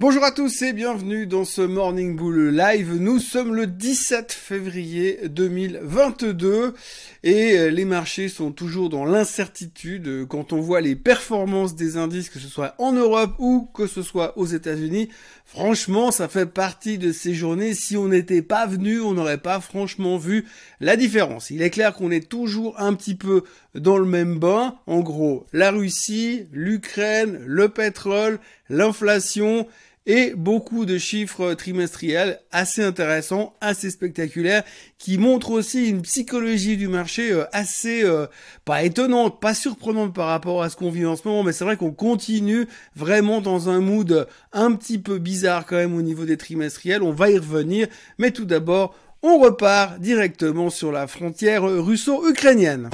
Bonjour à tous et bienvenue dans ce Morning Bull Live. Nous sommes le 17 février 2022 et les marchés sont toujours dans l'incertitude quand on voit les performances des indices, que ce soit en Europe ou que ce soit aux États-Unis. Franchement, ça fait partie de ces journées. Si on n'était pas venu, on n'aurait pas franchement vu la différence. Il est clair qu'on est toujours un petit peu dans le même bain. En gros, la Russie, l'Ukraine, le pétrole, l'inflation et beaucoup de chiffres trimestriels assez intéressants, assez spectaculaires, qui montrent aussi une psychologie du marché assez, pas étonnante, pas surprenante par rapport à ce qu'on vit en ce moment, mais c'est vrai qu'on continue vraiment dans un mood un petit peu bizarre quand même au niveau des trimestriels. On va y revenir, mais tout d'abord, on repart directement sur la frontière russo-ukrainienne.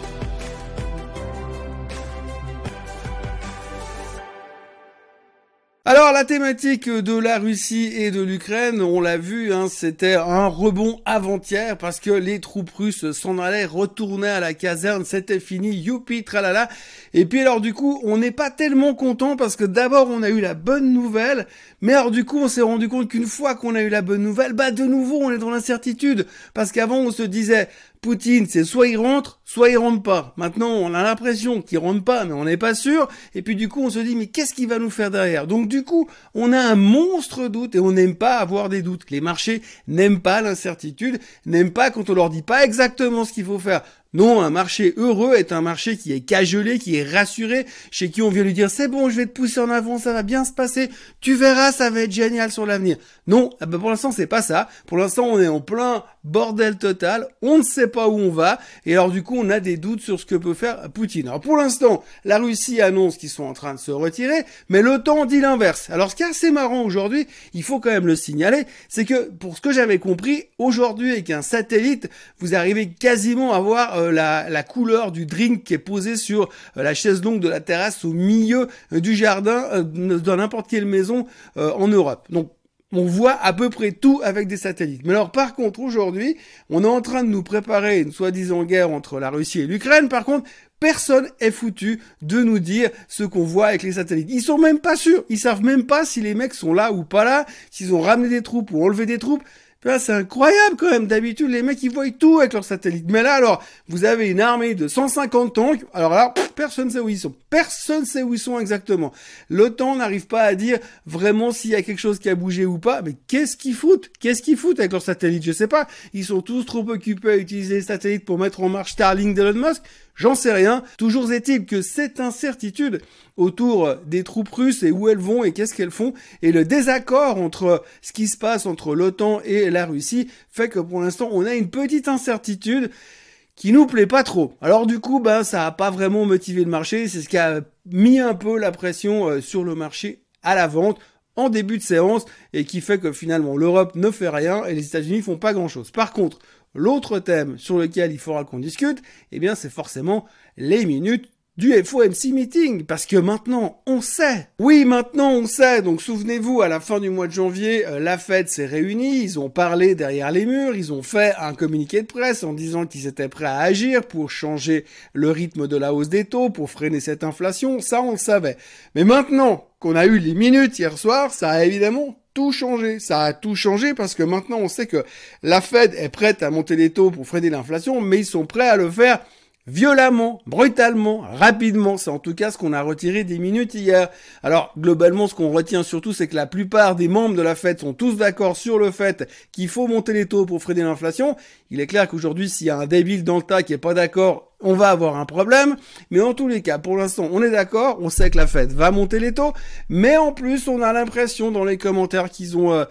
Alors la thématique de la Russie et de l'Ukraine, on l'a vu, c'était un rebond avant-hier parce que les troupes russes s'en allaient, retournaient à la caserne, c'était fini, youpi, tralala. Et puis alors du coup, on n'est pas tellement content parce que d'abord on a eu la bonne nouvelle, mais alors du coup on s'est rendu compte qu'une fois qu'on a eu la bonne nouvelle, de nouveau on est dans l'incertitude. Parce qu'avant on se disait, Poutine, c'est soit il rentre pas. Maintenant, on a l'impression qu'il rentre pas, mais on n'est pas sûr. Et puis du coup, on se dit, mais qu'est-ce qu'il va nous faire derrière? Donc du coup, on a un monstre doute et on n'aime pas avoir des doutes. Les marchés n'aiment pas l'incertitude, n'aiment pas quand on leur dit pas exactement ce qu'il faut faire. Non, un marché heureux est un marché qui est cagelé, qui est rassuré, chez qui on vient lui dire, c'est bon, je vais te pousser en avant, ça va bien se passer, tu verras, ça va être génial sur l'avenir. Non, pour l'instant, c'est pas ça. Pour l'instant, on est en plein bordel total, on ne sait pas où on va, et alors du coup, on a des doutes sur ce que peut faire Poutine. Alors pour l'instant, la Russie annonce qu'ils sont en train de se retirer, mais l'OTAN dit l'inverse. Alors ce qui est assez marrant aujourd'hui, il faut quand même le signaler, c'est que, pour ce que j'avais compris, aujourd'hui, avec un satellite, vous arrivez quasiment à voir la couleur du drink qui est posé sur la chaise longue de la terrasse au milieu du jardin dans n'importe quelle maison en Europe. Donc on voit à peu près tout avec des satellites. Mais alors par contre aujourd'hui, on est en train de nous préparer une soi-disant guerre entre la Russie et l'Ukraine. Par contre, personne est foutu de nous dire ce qu'on voit avec les satellites. Ils sont même pas sûrs. Ils savent même pas si les mecs sont là ou pas là, s'ils ont ramené des troupes ou enlevé des troupes. Là, c'est incroyable quand même. D'habitude, les mecs, ils voient tout avec leurs satellites. Mais là, alors, vous avez une armée de 150 tanks. Alors là, personne ne sait où ils sont. Personne ne sait où ils sont exactement. L'OTAN n'arrive pas à dire vraiment s'il y a quelque chose qui a bougé ou pas. Mais qu'est-ce qu'ils foutent? Qu'est-ce qu'ils foutent avec leurs satellites? Je sais pas. Ils sont tous trop occupés à utiliser les satellites pour mettre en marche Starlink d'Elon Musk. J'en sais rien. Toujours est-il que cette incertitude autour des troupes russes et où elles vont et qu'est-ce qu'elles font et le désaccord entre ce qui se passe entre l'OTAN et la Russie fait que pour l'instant on a une petite incertitude qui nous plaît pas trop. Alors du coup, ça a pas vraiment motivé le marché. C'est ce qui a mis un peu la pression sur le marché à la vente en début de séance et qui fait que finalement l'Europe ne fait rien et les États-Unis font pas grand-chose. Par contre, l'autre thème sur lequel il faudra qu'on discute, c'est forcément les minutes du FOMC meeting, parce que maintenant, on sait. Oui, maintenant, on sait. Donc, souvenez-vous, à la fin du mois de janvier, la Fed s'est réunie, ils ont parlé derrière les murs, ils ont fait un communiqué de presse en disant qu'ils étaient prêts à agir pour changer le rythme de la hausse des taux, pour freiner cette inflation. Ça, on le savait. Mais maintenant qu'on a eu les minutes hier soir, ça a évidemment tout changé. Ça a tout changé parce que maintenant, on sait que la Fed est prête à monter les taux pour freiner l'inflation, mais ils sont prêts à le faire violemment, brutalement, rapidement. C'est en tout cas ce qu'on a retiré des minutes hier. Alors, globalement, ce qu'on retient surtout, c'est que la plupart des membres de la Fed sont tous d'accord sur le fait qu'il faut monter les taux pour freiner l'inflation. Il est clair qu'aujourd'hui, s'il y a un débile dans le tas qui est pas d'accord, on va avoir un problème. Mais en tous les cas, pour l'instant, on est d'accord. On sait que la Fed va monter les taux. Mais en plus, on a l'impression dans les commentaires qu'ils ont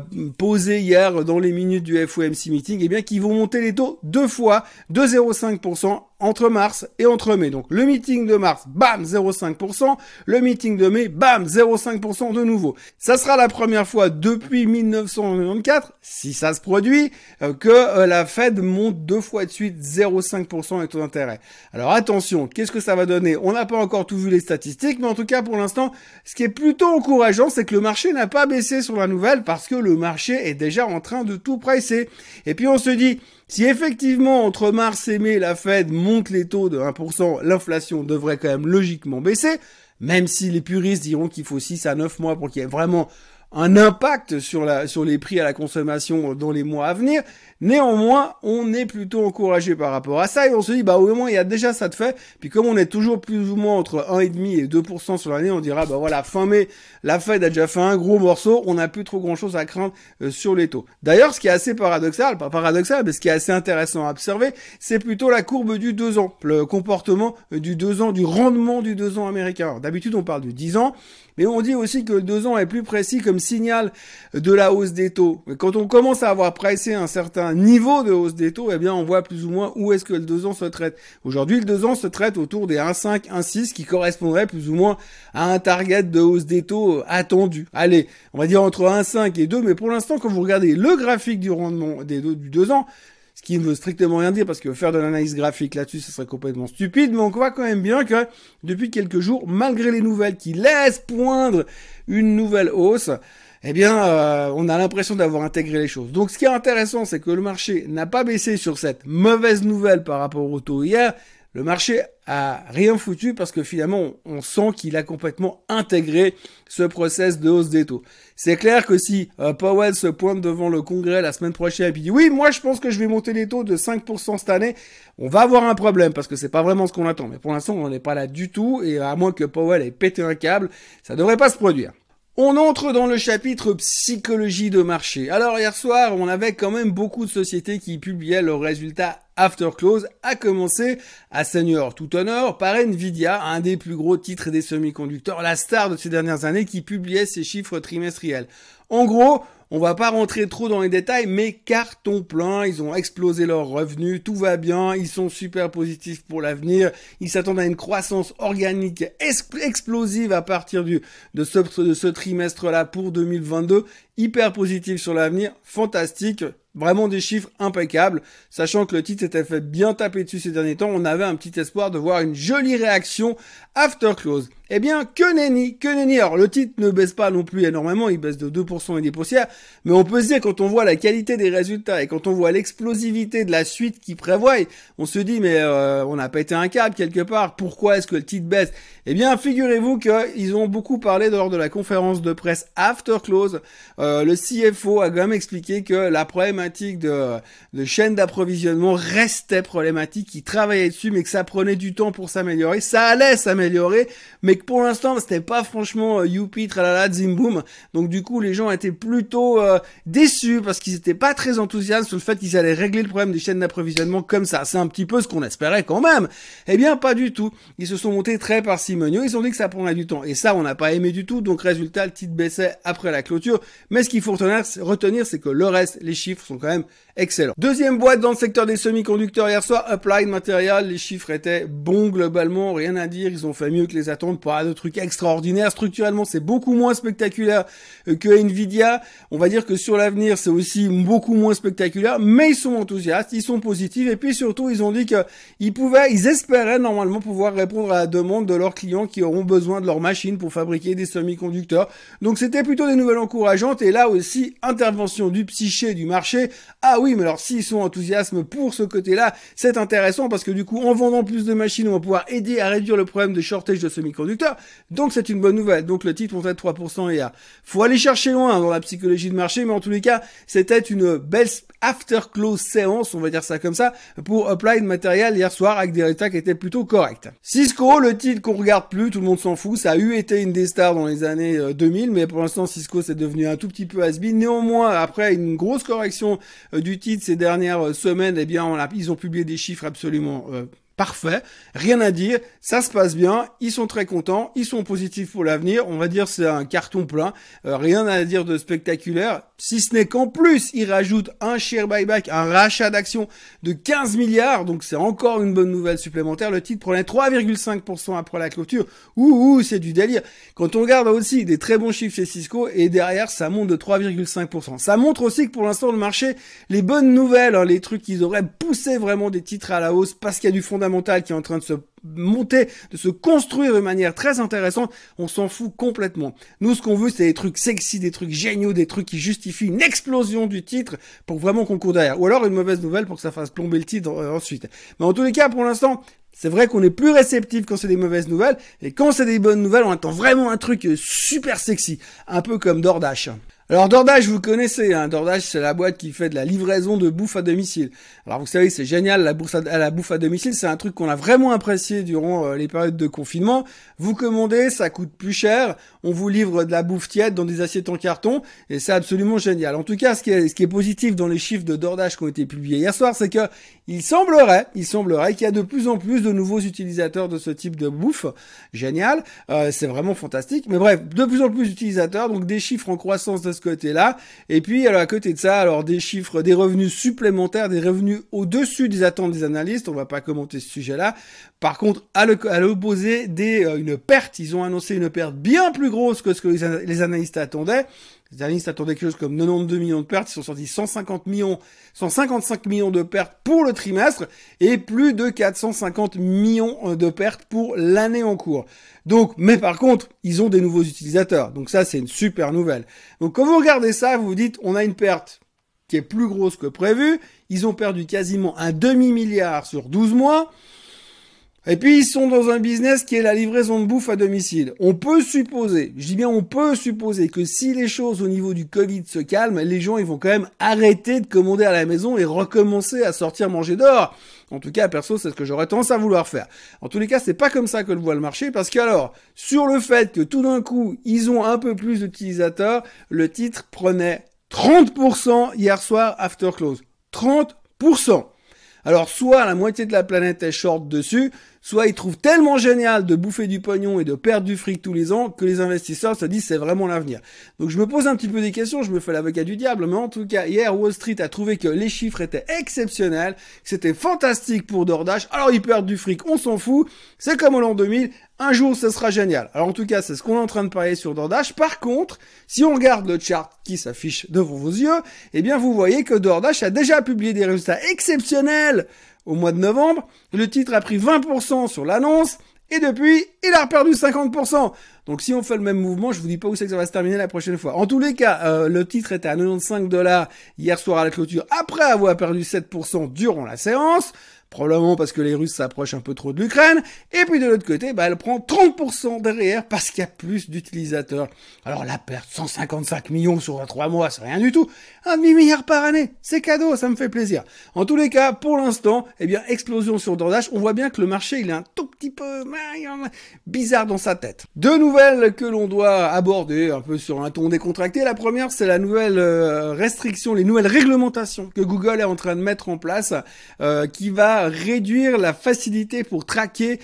posés hier dans les minutes du FOMC meeting, qu'ils vont monter les taux 2 fois de 0,5% entre mars et entre mai. Donc le meeting de mars, bam, 0,5%. Le meeting de mai, bam, 0,5% de nouveau. Ça sera la première fois depuis 1994, si ça se produit, que la Fed monte 2 fois de suite 0,5% les taux d'intérêt. Alors attention, qu'est-ce que ça va donner? On n'a pas encore tout vu les statistiques, mais en tout cas pour l'instant, ce qui est plutôt encourageant, c'est que le marché n'a pas baissé sur la nouvelle parce que le marché est déjà en train de tout pricer. Et puis on se dit, si effectivement, entre mars et mai, la Fed monte les taux de 1%, l'inflation devrait quand même logiquement baisser. même si les puristes diront qu'il faut 6 à 9 mois pour qu'il y ait vraiment un impact sur les prix à la consommation dans les mois à venir. Néanmoins, on est plutôt encouragé par rapport à ça et on se dit, bah, au moins, il y a déjà ça de fait. Puis comme on est toujours plus ou moins entre 1,5 et 2% sur l'année, on dira, bah voilà, fin mai, la Fed a déjà fait un gros morceau, on n'a plus trop grand chose à craindre sur les taux. D'ailleurs, ce qui est assez paradoxal, pas paradoxal, mais ce qui est assez intéressant à observer, c'est plutôt la courbe du 2 ans, le comportement du 2 ans, du rendement du 2 ans américain. Alors, d'habitude, on parle du 10 ans. Mais on dit aussi que le 2 ans est plus précis comme signal de la hausse des taux. Et quand on commence à avoir pressé un certain niveau de hausse des taux, eh bien, on voit plus ou moins où est-ce que le 2 ans se traite. Aujourd'hui, le 2 ans se traite autour des 1,5, 1,6 qui correspondrait plus ou moins à un target de hausse des taux attendu. Allez, on va dire entre 1,5 et 2, mais pour l'instant, quand vous regardez le graphique du rendement du 2 ans, ce qui ne veut strictement rien dire parce que faire de l'analyse graphique là-dessus, ce serait complètement stupide, mais on voit quand même bien que depuis quelques jours, malgré les nouvelles qui laissent poindre une nouvelle hausse, eh bien, on a l'impression d'avoir intégré les choses. Donc, ce qui est intéressant, c'est que le marché n'a pas baissé sur cette mauvaise nouvelle par rapport au taux hier. Le marché a rien foutu parce que finalement, on sent qu'il a complètement intégré ce process de hausse des taux. C'est clair que si Powell se pointe devant le Congrès la semaine prochaine et puis dit oui, moi je pense que je vais monter les taux de 5% cette année, on va avoir un problème parce que c'est pas vraiment ce qu'on attend. Mais pour l'instant, on n'est pas là du tout et à moins que Powell ait pété un câble, ça devrait pas se produire. On entre dans le chapitre psychologie de marché. Alors hier soir, on avait quand même beaucoup de sociétés qui publiaient leurs résultats after close, à commencer à Seigneur tout honneur par Nvidia, un des plus gros titres des semi-conducteurs, la star de ces dernières années qui publiait ses chiffres trimestriels. En gros, on va pas rentrer trop dans les détails, mais carton plein, ils ont explosé leurs revenus, tout va bien, ils sont super positifs pour l'avenir, ils s'attendent à une croissance organique explosive à partir de ce trimestre-là pour 2022, hyper positif sur l'avenir, fantastique. Vraiment des chiffres impeccables, sachant que le titre s'était fait bien taper dessus ces derniers temps, on avait un petit espoir de voir une jolie réaction after close. Eh bien, que nenni. Alors, le titre ne baisse pas non plus énormément, il baisse de 2% et des poussières, mais on peut se dire, quand on voit la qualité des résultats et quand on voit l'explosivité de la suite qu'ils prévoient, on se dit, mais on n'a pas été un câble quelque part, pourquoi est-ce que le titre baisse? Eh bien, figurez-vous qu'ils ont beaucoup parlé lors de la conférence de presse after close. Le CFO a quand même expliqué que la problématique de chaîne d'approvisionnement restait problématique, qu'ils travaillaient dessus, mais que ça prenait du temps pour s'améliorer. Ça allait s'améliorer, mais que pour l'instant, c'était pas franchement youpi, tralala, zim boum. Donc du coup, les gens étaient plutôt déçus parce qu'ils étaient pas très enthousiastes sur le fait qu'ils allaient régler le problème des chaînes d'approvisionnement comme ça. C'est un petit peu ce qu'on espérait quand même. Eh bien, pas du tout. Ils se sont montés très parcimonieux. Ils ont dit que ça prendrait du temps. Et ça, on n'a pas aimé du tout. Donc résultat, le titre baissait après la clôture. Mais ce qu'il faut retenir, c'est que le reste, les chiffres sont quand même excellents. Deuxième boîte dans le secteur des semi-conducteurs hier soir, Applied Materials. Les chiffres étaient bons globalement, rien à dire. Ils ont fait mieux que les attentes, pas de trucs extraordinaires. Structurellement, c'est beaucoup moins spectaculaire que Nvidia. On va dire que sur l'avenir, c'est aussi beaucoup moins spectaculaire, mais ils sont enthousiastes, ils sont positifs. Et puis surtout, ils ont dit ils espéraient normalement pouvoir répondre à la demande de leurs clients qui auront besoin de leurs machines pour fabriquer des semi-conducteurs. Donc c'était plutôt des nouvelles encourageantes. Et là aussi, intervention du psyché du marché. Ah oui, mais alors s'ils sont enthousiastes pour ce côté-là, c'est intéressant parce que du coup, en vendant plus de machines, on va pouvoir aider à réduire le problème de shortage de semi-conducteurs. Donc c'est une bonne nouvelle. Donc le titre montait de 3% hier. Faut aller chercher loin dans la psychologie de marché, mais en tous les cas, c'était une belle after close séance, on va dire ça comme ça, pour Applied Materials hier soir avec des résultats qui étaient plutôt corrects. Cisco, le titre qu'on regarde plus, tout le monde s'en fout, ça a été une des stars dans les années 2000, mais pour l'instant Cisco c'est devenu un tout petit peu has-been. Néanmoins, après une grosse correction du titre ces dernières semaines, eh bien ils ont publié des chiffres absolument parfait, rien à dire, ça se passe bien, ils sont très contents, ils sont positifs pour l'avenir, on va dire c'est un carton plein, rien à dire de spectaculaire, si ce n'est qu'en plus, ils rajoutent un share buyback, un rachat d'actions de 15 milliards, donc c'est encore une bonne nouvelle supplémentaire, le titre prenait 3,5% après la clôture, c'est du délire. Quand on regarde aussi des très bons chiffres chez Cisco, et derrière ça monte de 3,5%. Ça montre aussi que pour l'instant le marché, les bonnes nouvelles, les trucs qu'ils auraient poussé vraiment des titres à la hausse parce qu'il y a du fondamental qui est en train de se monter, de se construire de manière très intéressante, on s'en fout complètement. Nous, ce qu'on veut, c'est des trucs sexy, des trucs géniaux, des trucs qui justifient une explosion du titre pour vraiment qu'on court derrière. Ou alors une mauvaise nouvelle pour que ça fasse plomber le titre ensuite. Mais en tous les cas, pour l'instant, C'est vrai qu'on est plus réceptif quand c'est des mauvaises nouvelles, et quand c'est des bonnes nouvelles, on attend vraiment un truc super sexy, un peu comme DoorDash. Alors DoorDash, vous connaissez, hein, DoorDash c'est la boîte qui fait de la livraison de bouffe à domicile. Alors vous savez, c'est génial, la bouffe à domicile, c'est un truc qu'on a vraiment apprécié durant les périodes de confinement. Vous commandez, ça coûte plus cher, on vous livre de la bouffe tiède dans des assiettes en carton, et c'est absolument génial. En tout cas, ce qui est positif dans les chiffres de DoorDash qui ont été publiés hier soir, c'est que il semblerait qu'il y a de plus en plus de nouveaux utilisateurs de ce type de bouffe. Génial, c'est vraiment fantastique. Mais bref, de plus en plus d'utilisateurs, donc des chiffres en croissance de ce côté-là. Et puis, alors, à côté de ça, alors des chiffres, des revenus supplémentaires, des revenus au-dessus des attentes des analystes. On va pas commenter ce sujet-là. Par contre, à l'opposé une perte, ils ont annoncé une perte bien plus grosse que ce que les analystes attendaient. Les analystes attendaient quelque chose comme 92 millions de pertes, ils sont sortis 155 millions de pertes pour le trimestre et plus de 450 millions de pertes pour l'année en cours. Donc, mais par contre, ils ont des nouveaux utilisateurs. Donc ça, c'est une super nouvelle. Donc quand vous regardez ça, vous vous dites, on a une perte qui est plus grosse que prévu. Ils ont perdu quasiment un demi-milliard sur 12 mois. Et puis, ils sont dans un business qui est la livraison de bouffe à domicile. On peut supposer, je dis bien on peut supposer que si les choses au niveau du Covid se calment, les gens ils vont quand même arrêter de commander à la maison et recommencer à sortir manger dehors. En tout cas, perso, c'est ce que j'aurais tendance à vouloir faire. En tous les cas, c'est pas comme ça que le voit le marché, parce que alors, sur le fait que tout d'un coup, ils ont un peu plus d'utilisateurs, le titre prenait 30% hier soir after close. 30%. Alors, soit la moitié de la planète est short dessus, soit ils trouvent tellement génial de bouffer du pognon et de perdre du fric tous les ans que les investisseurs se disent c'est vraiment l'avenir. Donc je me pose un petit peu des questions, je me fais l'avocat du diable, mais en tout cas, hier, Wall Street a trouvé que les chiffres étaient exceptionnels, que c'était fantastique pour DoorDash, alors ils perdent du fric, on s'en fout, c'est comme au l'an 2000, un jour ce sera génial. Alors en tout cas, c'est ce qu'on est en train de parier sur DoorDash. Par contre, si on regarde le chart qui s'affiche devant vos yeux, eh bien vous voyez que DoorDash a déjà publié des résultats exceptionnels au mois de novembre. Le titre a pris 20% sur l'annonce et depuis, il a perdu 50%. Donc si on fait le même mouvement, je vous dis pas où c'est que ça va se terminer la prochaine fois. En tous les cas, le titre était à 95 $ hier soir à la clôture après avoir perdu 7% durant la séance. Probablement parce que les Russes s'approchent un peu trop de l'Ukraine. Et puis de l'autre côté, elle prend 30% derrière parce qu'il y a plus d'utilisateurs. Alors la perte, 155 millions sur 3 mois, c'est rien du tout. 1,5 milliard par année, c'est cadeau, ça me fait plaisir. En tous les cas, pour l'instant, explosion sur DoorDash. On voit bien que le marché, il est un tout petit peu bizarre dans sa tête. Deux nouvelles que l'on doit aborder un peu sur un ton décontracté. La première, c'est la nouvelle restriction, les nouvelles réglementations que Google est en train de mettre en place, qui va réduire la facilité pour traquer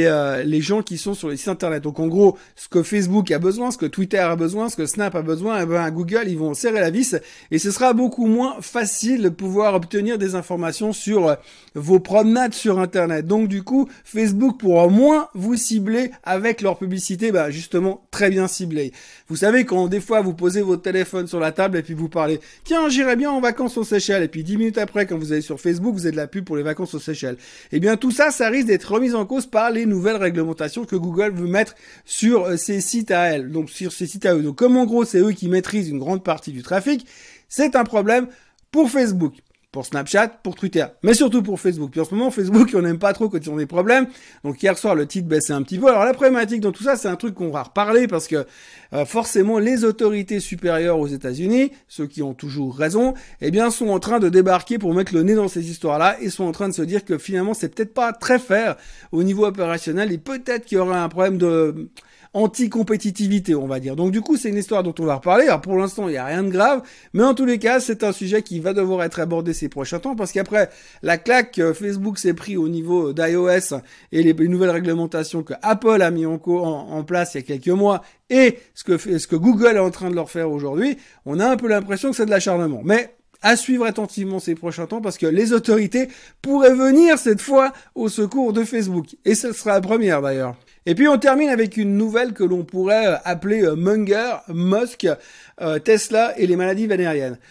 les gens qui sont sur les sites internet. Donc en gros, ce que Facebook a besoin, ce que Twitter a besoin, ce que Snap a besoin, Google, ils vont serrer la vis et ce sera beaucoup moins facile de pouvoir obtenir des informations sur vos promenades sur internet. Donc du coup, Facebook pourra moins vous cibler avec leur publicité, justement très bien ciblée. Vous savez, quand des fois vous posez votre téléphone sur la table et puis vous parlez, tiens, j'irai bien en vacances aux Seychelles, et puis 10 minutes après, quand vous allez sur Facebook, vous avez de la pub pour les vacances aux Seychelles. Eh bien, tout ça, ça risque d'être remis en cause par les nouvelles réglementations que Google veut mettre sur ses sites à elle, donc sur ses sites à eux. Donc, comme en gros, c'est eux qui maîtrisent une grande partie du trafic, c'est un problème pour Facebook, pour Snapchat, pour Twitter, mais surtout pour Facebook. Puis en ce moment, Facebook, on n'aime pas trop quand ils ont des problèmes. Donc hier soir, le titre baissait un petit peu. Alors la problématique dans tout ça, c'est un truc qu'on va reparler parce que forcément, les autorités supérieures aux États-Unis, ceux qui ont toujours raison, sont en train de débarquer pour mettre le nez dans ces histoires-là et sont en train de se dire que finalement, c'est peut-être pas très fair au niveau opérationnel et peut-être qu'il y aura un problème de anti-compétitivité, on va dire. Donc du coup, c'est une histoire dont on va reparler. Alors pour l'instant, il n'y a rien de grave, mais en tous les cas, c'est un sujet qui va devoir être abordé ces prochains temps, parce qu'après la claque que Facebook s'est pris au niveau d'iOS et les nouvelles réglementations que Apple a mis en place il y a quelques mois, et ce que Google est en train de leur faire aujourd'hui, on a un peu l'impression que c'est de l'acharnement. Mais à suivre attentivement ces prochains temps, parce que les autorités pourraient venir cette fois au secours de Facebook. Et ce sera la première d'ailleurs. Et puis on termine avec une nouvelle que l'on pourrait appeler Musk, Tesla et les maladies vénériennes.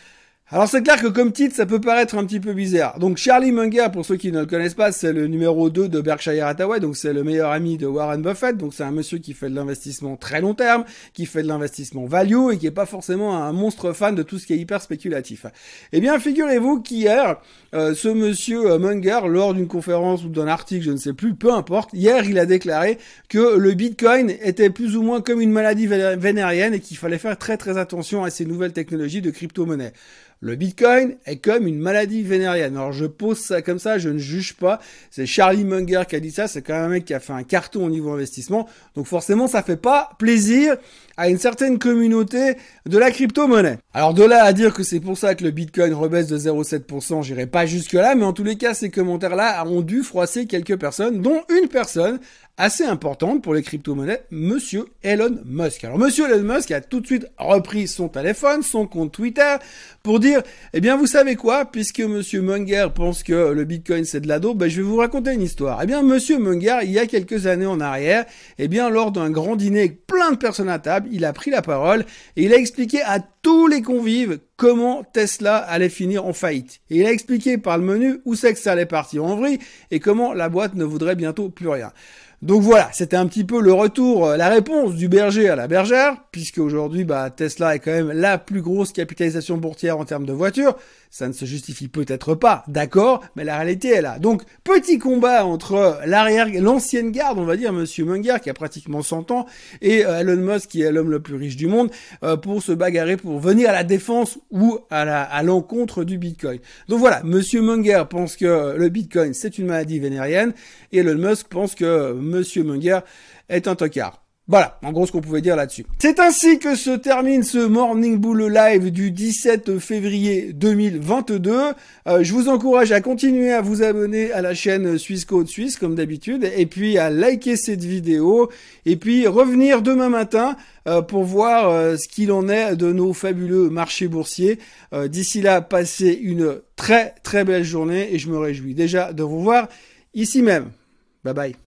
Alors c'est clair que comme titre, ça peut paraître un petit peu bizarre. Donc Charlie Munger, pour ceux qui ne le connaissent pas, c'est le numéro 2 de Berkshire Hathaway, donc c'est le meilleur ami de Warren Buffett, donc c'est un monsieur qui fait de l'investissement très long terme, qui fait de l'investissement value et qui est pas forcément un monstre fan de tout ce qui est hyper spéculatif. Eh bien, figurez-vous qu'hier, ce monsieur Munger, lors d'une conférence ou d'un article, je ne sais plus, peu importe, hier il a déclaré que le Bitcoin était plus ou moins comme une maladie vénérienne et qu'il fallait faire très très attention à ces nouvelles technologies de crypto-monnaie. Le Bitcoin est comme une maladie vénérienne. Alors je pose ça comme ça, je ne juge pas. C'est Charlie Munger qui a dit ça. C'est quand même un mec qui a fait un carton au niveau investissement. Donc forcément, ça fait pas plaisir à une certaine communauté de la crypto-monnaie. Alors de là à dire que c'est pour ça que le Bitcoin rebaisse de 0,7%, j'irai pas jusque là. Mais en tous les cas, ces commentaires-là ont dû froisser quelques personnes, dont une personne assez importante pour les crypto-monnaies, monsieur Elon Musk. Alors monsieur Elon Musk a tout de suite repris son téléphone, son compte Twitter, pour dire, eh bien vous savez quoi, puisque monsieur Munger pense que le Bitcoin c'est de la dope, ben je vais vous raconter une histoire. Eh bien monsieur Munger, il y a quelques années en arrière, eh bien lors d'un grand dîner avec plein de personnes à table, il a pris la parole et il a expliqué à tous les convives comment Tesla allait finir en faillite. Et il a expliqué par le menu où c'est que ça allait partir en vrille et comment la boîte ne voudrait bientôt plus rien. Donc voilà, c'était un petit peu le retour, la réponse du berger à la bergère, puisque aujourd'hui, Tesla est quand même la plus grosse capitalisation boursière en termes de voitures. Ça ne se justifie peut-être pas, d'accord, mais la réalité est là. Donc, petit combat entre l'ancienne garde, on va dire, monsieur Munger, qui a pratiquement 100 ans, et Elon Musk, qui est l'homme le plus riche du monde, pour se bagarrer, pour venir à la défense ou à l'encontre du Bitcoin. Donc voilà, monsieur Munger pense que le Bitcoin, c'est une maladie vénérienne, et Elon Musk pense que monsieur Munger est un tocard. Voilà, en gros ce qu'on pouvait dire là-dessus. C'est ainsi que se termine ce Morning Bull Live du 17 février 2022. Je vous encourage à continuer à vous abonner à la chaîne Suisse Code Suisse comme d'habitude, et puis à liker cette vidéo, et puis revenir demain matin pour voir ce qu'il en est de nos fabuleux marchés boursiers. D'ici là, passez une très très belle journée, et je me réjouis déjà de vous voir ici même. Bye bye.